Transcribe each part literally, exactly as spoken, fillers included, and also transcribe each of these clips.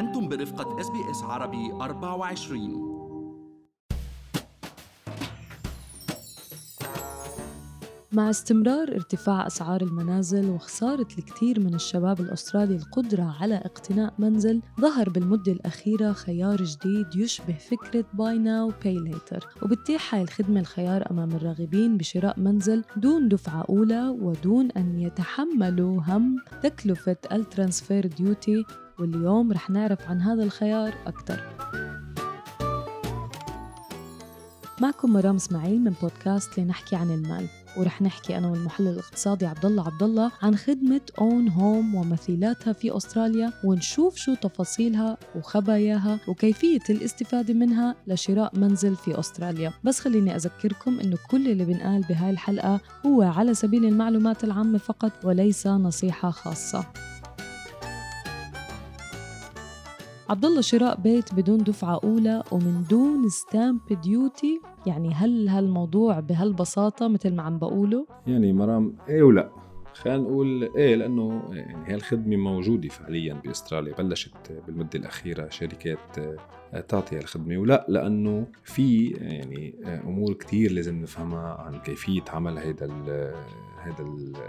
أنتم برفقة إس بي إس عربي أربعة وعشرين. مع استمرار ارتفاع أسعار المنازل وخسارة الكثير من الشباب الأسترالي القدرة على اقتناء منزل، ظهر بالمدة الأخيرة خيار جديد يشبه فكرة Buy Now Pay Later، وبتتيح هاي الخدمة الخيار أمام الراغبين بشراء منزل دون دفعة أولى ودون أن يتحملوا هم تكلفة الترانسفير ديوتي. واليوم رح نعرف عن هذا الخيار أكثر. معكم مرام اسماعيل من بودكاست لنحكي عن المال، ورح نحكي أنا والمحلل الاقتصادي عبدالله عبدالله عن خدمة Own Home ومثيلاتها في أستراليا، ونشوف شو تفاصيلها وخباياها وكيفية الاستفادة منها لشراء منزل في أستراليا. بس خليني أذكركم إنه كل اللي بنقال بهاي الحلقة هو على سبيل المعلومات العامة فقط وليس نصيحة خاصة. عبدالله، شراء بيت بدون دفعة أولى ومن دون ستامب ديوتي، يعني هل هالموضوع بهالبساطة مثل ما عم بقوله؟ يعني مرام ايه ولا خلينا نقول ايه، لانه يعني هي الخدمه موجوده فعليا باستراليا، بلشت بالمده الاخيره شركات تعطي الخدمه، ولا لانه في يعني امور كتير لازم نفهمها عن كيفيه عمل هذا هذا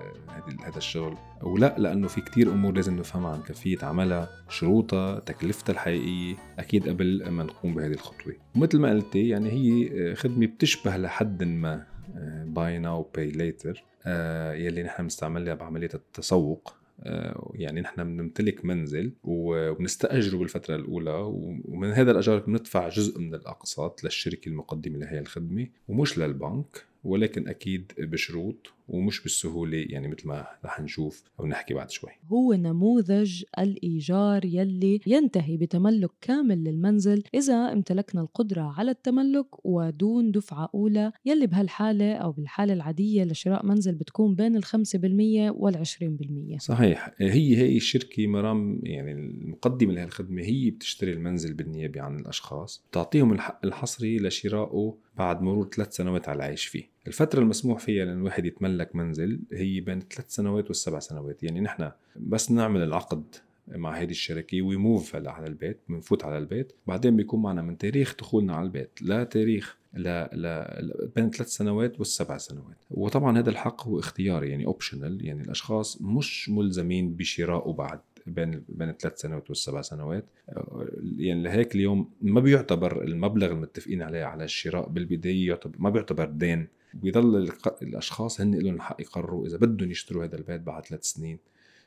هذا الشغل، ولا لانه في كتير امور لازم نفهمها عن كيفيه عملها، شروطها، تكلفتها الحقيقيه، اكيد قبل ما نقوم بهذه الخطوه. ومثل ما قلتي يعني هي خدمه بتشبه لحد ما Buy Now Pay Later آه يلي نحن بنستعملها بعملية التسوق. آه يعني نحن بنمتلك منزل وبنستأجره بالفترة الأولى، ومن هذا الأجار بندفع جزء من الأقساط للشركة المقدمة لهي الخدمة ومش للبنك، ولكن أكيد بشروط ومش بالسهولة، يعني مثل ما رح نشوف أو نحكي بعد شوي. هو نموذج الإيجار يلي ينتهي بتملك كامل للمنزل إذا امتلكنا القدرة على التملك ودون دفعة أولى، يلي بهالحالة أو بالحالة العادية لشراء منزل بتكون بين الخمسة بالمية والعشرين بالمية. صحيح. هي هي الشركة مرام يعني المقدمة لهذه الخدمة، هي بتشتري المنزل بالنيابة عن الأشخاص، تعطيهم الحق الحصري لشرائه بعد مرور ثلاث سنوات على العيش فيه. الفترة المسموح فيها لأن الواحد يتملك منزل هي بين ثلاث سنوات والسبع سنوات. يعني نحن بس نعمل العقد مع هذه الشركة ويموف على البيت، بنفوت على البيت، بعدين بيكون معنا من تاريخ دخولنا على البيت لا تاريخ لا لا بين ثلاث سنوات والسبع سنوات. وطبعا هذا الحق هو اختياري، يعني اوبشنال، يعني الأشخاص مش ملزمين بشراءه بعد بين بين الثلاث سنوات والسبع سنوات. يعني لهيك اليوم ما بيعتبر المبلغ المتفقين عليه على الشراء بالبداية يعتبر ما بيعتبر دين، ويضل الأشخاص هن لهم الحق يقرروا إذا بدهم يشتروا هذا البيت بعد ثلاث سنين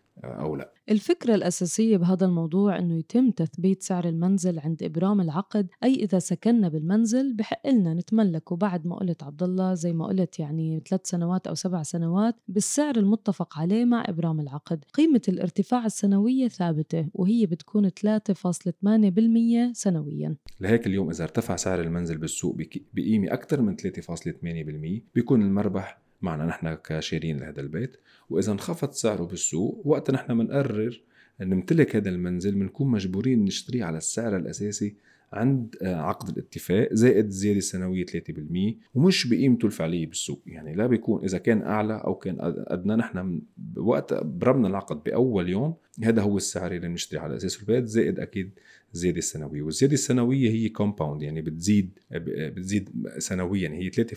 أو لا. الفكرة الأساسية بهذا الموضوع أنه يتم تثبيت سعر المنزل عند إبرام العقد، أي إذا سكننا بالمنزل بحق لنا نتملكه بعد ما قلت عبدالله زي ما قلت يعني ثلاث سنوات أو سبع سنوات بالسعر المتفق عليه مع إبرام العقد. قيمة الارتفاع السنوية ثابتة وهي بتكون ثلاثة فاصلة ثمانية بالمية سنويا. لهيك اليوم إذا ارتفع سعر المنزل بالسوق بقيمة أكثر من ثلاثة فاصلة ثمانية بالمية بيكون المربح معنا نحن كشارين لهذا البيت. وإذا انخفض سعره بالسوق وقت نحن منقرر أن نمتلك هذا المنزل بنكون مجبورين نشتريه على السعر الأساسي عند عقد الاتفاق زائد زيادة سنوية ثلاثة بالمية ومش بقيمته الفعلية بالسوق. يعني لا بيكون إذا كان أعلى أو كان أدنى، نحن وقت برمنا العقد بأول يوم هذا هو السعر اللي نشتري على أساس البيت زائد أكيد زيادة السنوية. والزيادة السنوية هي كومباوند، يعني بتزيد بتزيد سنويا، هي ثلاثة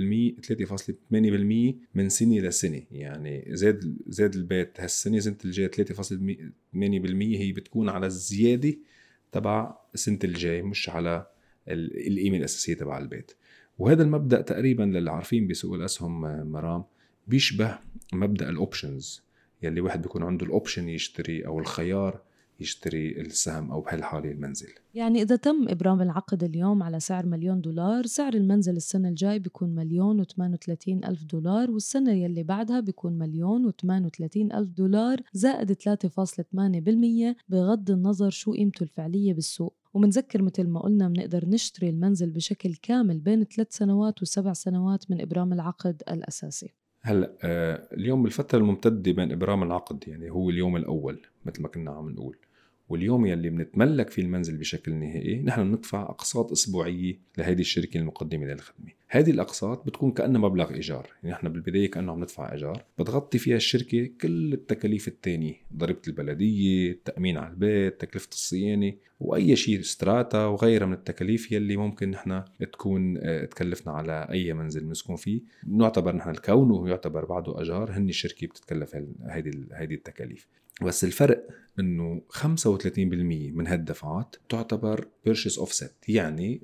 فاصلة ثمانية بالمية من سنة لسنة. يعني زاد زاد البيت هالسنة سنة الجاي ثلاثة فاصلة ثمانية بالمية هي بتكون على الزيادة تبع السنة الجاي مش على القيمة الأساسية تبع البيت. وهذا المبدأ تقريبا للي عارفين بسوق الأسهم مرام بيشبه مبدأ الأوبشنز، يلي واحد بيكون عنده الأوبشن يشتري أو الخيار يشتري السهم أو بهالحالة المنزل. يعني إذا تم إبرام العقد اليوم على سعر مليون دولار، سعر المنزل السنة الجاي بيكون مليون وثمان وثلاثين ألف دولار، والسنة يلي بعدها بيكون مليون وثمان وثلاثين ألف دولار زائد ثلاثة فاصلة ثمانية بالمية بغض النظر شو قيمته الفعلية بالسوق. ومنذكر مثل ما قلنا منقدر نشتري المنزل بشكل كامل بين ثلاث سنوات وسبع سنوات من إبرام العقد الأساسي. هلأ آه اليوم بالفترة الممتدة بين إبرام العقد، يعني هو اليوم الأول مثل ما كنا عم نقول، واليوم يلي بنتملك في المنزل بشكل نهائي نحن بندفع أقساط أسبوعية لهذه الشركة المقدمة للخدمة. هذه الأقساط بتكون كأنها مبلغ إيجار، يعني نحن بالبداية كأنه عم ندفع إيجار بتغطي فيها الشركة كل التكاليف التانية، ضريبة البلدية، التأمين على البيت، تكلفة الصيانة، وأي شيء ستراتا وغيرها من التكاليف يلي ممكن نحن تكون تكلفنا على أي منزل نسكن فيه. نعتبر نحن الكون يعتبر بعده أجار، هني الشركة بتتكلف هذه هذه التكاليف. بس الفرق انه خمسة وثلاثين بالمية من هالدفعات تعتبر purchase offset، يعني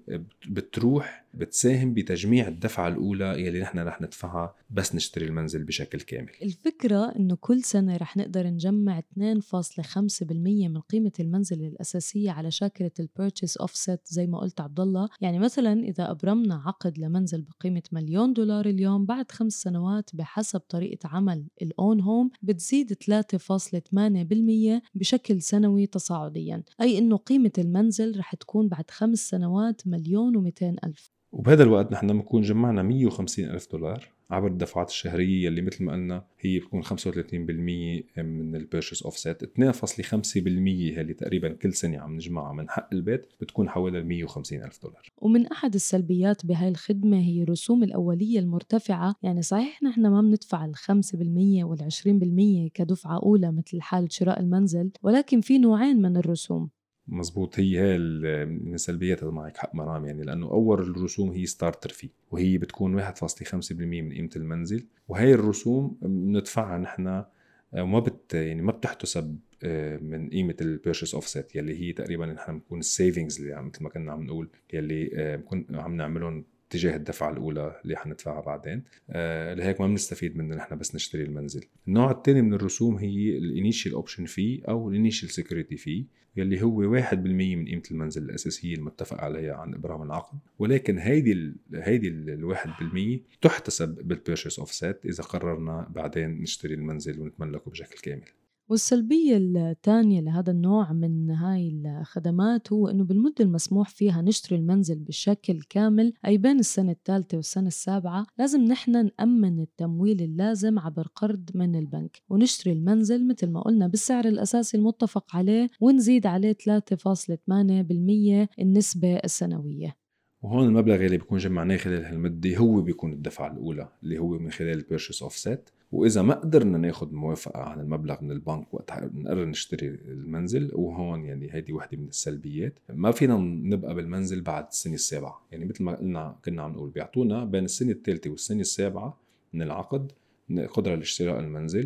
بتروح بتساهم بتجميع الدفعة الأولى يلي نحن رح ندفعها بس نشتري المنزل بشكل كامل. الفكرة إنه كل سنة رح نقدر نجمع اثنين فاصلة خمسة بالمية من قيمة المنزل الأساسية على شاكلة الpurchase offset زي ما قلت عبد الله. يعني مثلا إذا أبرمنا عقد لمنزل بقيمة مليون دولار اليوم، بعد خمس سنوات بحسب طريقة عمل الأون هوم بتزيد ثلاثة فاصلة ثمانية بالمية بشكل سنوي تصاعديا، أي إنه قيمة المنزل رح تكون بعد خمس سنوات مليون ومئتين ألف. وبهذا الوقت نحن بنكون جمعنا مية وخمسين ألف دولار عبر الدفعات الشهرية اللي مثل ما قلنا هي بتكون خمسة وثلاثين بالمية من البيرشيس أوفسيت. اثنين فاصلة خمسة بالمية اللي تقريبا كل سنة عم نجمعها من حق البيت بتكون حوالي مية وخمسين ألف دولار. ومن أحد السلبيات بهاي الخدمة هي الرسوم الأولية المرتفعة. يعني صحيح نحن ما بندفع الخمسة بالمية والعشرين بالمية كدفعة أولى مثل حالة شراء المنزل، ولكن في نوعين من الرسوم. مزبوط، هي هي من السلبيات اللي معك حق مرام، يعني لأنه أول الرسوم هي ستارتر في، وهي بتكون واحد فاصلة خمسة بالمية من قيمة المنزل، وهي الرسوم بندفعها نحن وما بت يعني ما بتحتسب من قيمة البيرشيس أوفسيت يلي هي تقريبا نحن بنكون السيفينجز اللي مثل ما كنا عم نقول يلي بنكون عم نعملهم تجاه الدفعة الأولى اللي حندفعها بعدين. آه لهيك ما بنستفيد منه نحن بس نشتري المنزل. النوع الثاني من الرسوم هي الانيشيال اوبشن في أو الانيشيال سيكوريتي في، يلي هو واحد بالمية من قيمة المنزل الأساسية المتفق عليها عن إبرام العقد، ولكن هيدي ال هيدي الواحد بالمية تحتسب بالبيرشيس أوفسيت إذا قررنا بعدين نشتري المنزل ونتملكه بشكل كامل. والسلبية الثانية لهذا النوع من هاي الخدمات هو أنه بالمدة المسموح فيها نشتري المنزل بشكل كامل، أي بين السنة الثالثة والسنة السابعة، لازم نحن نأمن التمويل اللازم عبر قرض من البنك ونشتري المنزل مثل ما قلنا بالسعر الأساسي المتفق عليه، ونزيد عليه ثلاثة فاصلة ثمانية بالمية النسبة السنوية. وهون المبلغ اللي بيكون جمعناه خلال هالمدة هو بيكون الدفعة الأولى اللي هو من خلال البيرشيس أوفسيت. وإذا ما قدرنا ناخد موافقة عن المبلغ من البنك وقت نقرر نشتري المنزل، وهون يعني هيدي واحدة من السلبيات، ما فينا نبقى بالمنزل بعد السنة السابعة. يعني مثل ما قلنا كنا عم نقول بيعطونا بين السنة الثالثة والسنة السابعة من العقد قدرة لاشتراء المنزل،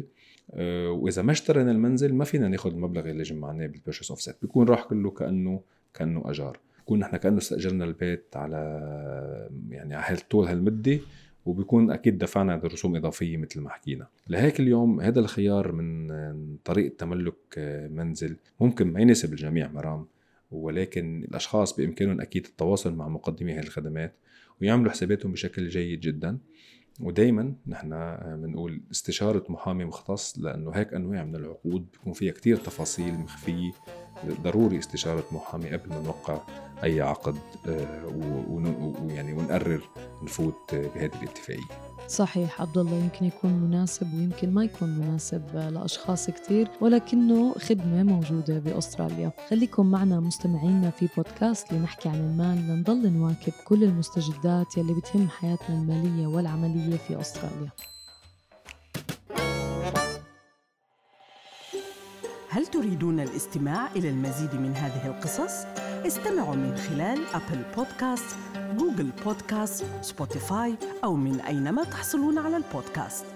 وإذا ما اشترينا المنزل ما فينا ناخد المبلغ اللي جمعناه بالبيرشيس أوفسيت، بيكون راح كله كأنه كأنه أجار، بيكون نحن كأنه استأجرنا البيت على يعني على طول هالمدة، وبيكون أكيد دفعنا رسوم إضافية مثل ما حكينا. لهيك اليوم هذا الخيار من طريقة تملك منزل ممكن ما يناسب الجميع مرام، ولكن الأشخاص بإمكانهم أكيد التواصل مع مقدمي هذه الخدمات ويعملوا حساباتهم بشكل جيد جدا. ودايما نحن بنقول استشارة محامي مختص، لأنه هيك أنواع من العقود بيكون فيها كتير تفاصيل مخفية، ضروري استشارة محامي قبل ما نوقع أي عقد ويعني ونقرر نفوت بهذه الاتفاقية. صحيح عبد الله، يمكن يكون مناسب ويمكن ما يكون مناسب لأشخاص كتير، ولكنه خدمة موجودة بأستراليا. خليكم معنا مستمعينا في بودكاست لنحكي عن المال، لنضل نواكب كل المستجدات يلي بتهم حياتنا المالية والعملية في أستراليا. هل تريدون الاستماع إلى المزيد من هذه القصص؟ استمعوا من خلال أبل بودكاست، جوجل بودكاست، سبوتيفاي أو من أينما تحصلون على البودكاست.